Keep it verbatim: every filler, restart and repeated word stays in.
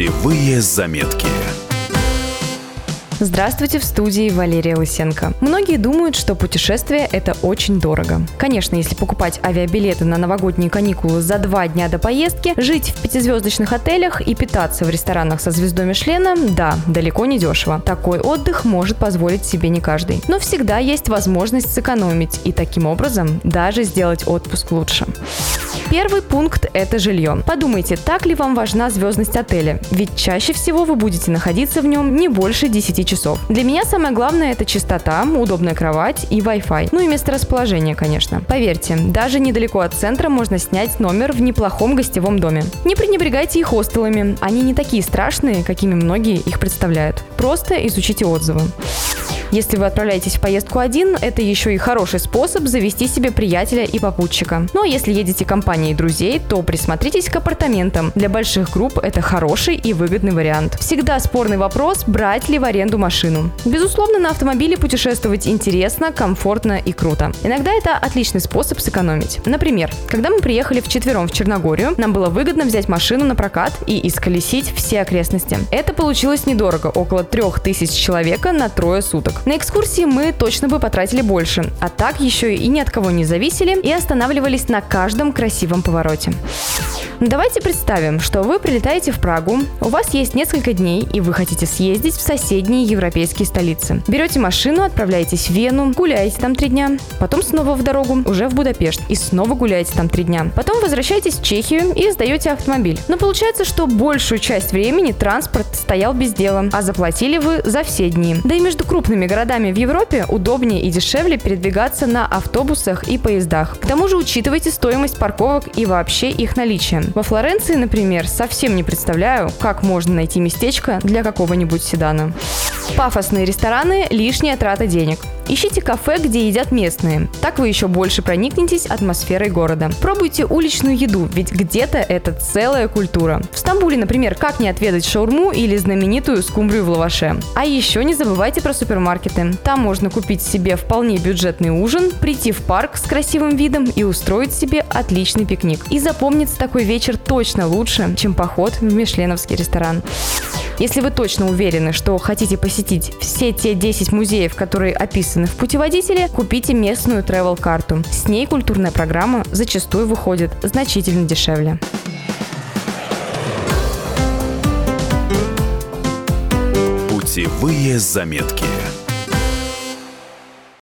Путевые заметки. Здравствуйте, в студии Валерия Лысенко. Многие думают, что путешествие – это очень дорого. Конечно, если покупать авиабилеты на новогодние каникулы за два дня до поездки, жить в пятизвездочных отелях и питаться в ресторанах со звездой Мишлена – да, далеко не дешево. Такой отдых может позволить себе не каждый. Но всегда есть возможность сэкономить и таким образом даже сделать отпуск лучше. Первый пункт – это жилье. Подумайте, так ли вам важна звездность отеля? Ведь чаще всего вы будете находиться в нем не больше десяти часов. Для меня самое главное – это чистота, удобная кровать и Wi-Fi. Ну и месторасположение, конечно. Поверьте, даже недалеко от центра можно снять номер в неплохом гостевом доме. Не пренебрегайте и хостелами. Они не такие страшные, какими многие их представляют. Просто изучите отзывы. Если вы отправляетесь в поездку один, это еще и хороший способ завести себе приятеля и попутчика. Ну а если едете компанией друзей, то присмотритесь к апартаментам. Для больших групп это хороший и выгодный вариант. Всегда спорный вопрос, брать ли в аренду машину. Безусловно, на автомобиле путешествовать интересно, комфортно и круто. Иногда это отличный способ сэкономить. Например, когда мы приехали вчетвером в Черногорию, нам было выгодно взять машину на прокат и исколесить все окрестности. Это получилось недорого, около трех тысяч человека на трое суток. На экскурсии мы точно бы потратили больше, а так еще и ни от кого не зависели и останавливались на каждом красивом повороте. Давайте представим, что вы прилетаете в Прагу, у вас есть несколько дней и вы хотите съездить в соседние европейские столицы. Берете машину, отправляетесь в Вену, гуляете там три дня, потом снова в дорогу, уже в Будапешт, и снова гуляете там три дня. Потом возвращаетесь в Чехию и сдаете автомобиль. Но получается, что большую часть времени транспорт стоял без дела, а заплатили вы за все дни. Да и между крупными городами в Европе удобнее и дешевле передвигаться на автобусах и поездах. К тому же учитывайте стоимость парковок и вообще их наличие. Во Флоренции, например, совсем не представляю, как можно найти местечко для какого-нибудь седана. Пафосные рестораны – лишняя трата денег. Ищите кафе, где едят местные. Так вы еще больше проникнетесь атмосферой города. Пробуйте уличную еду, ведь где-то это целая культура. В Стамбуле, например, как не отведать шаурму или знаменитую скумбрию в лаваше. А еще не забывайте про супермаркеты. Там можно купить себе вполне бюджетный ужин, прийти в парк с красивым видом и устроить себе отличный пикник. И запомнится такой вечер точно лучше, чем поход в мишленовский ресторан. Если вы точно уверены, что хотите посетить все те десять музеев, которые описаны в путеводителе, купите местную travel-карту. С ней культурная программа зачастую выходит значительно дешевле. Путевые заметки.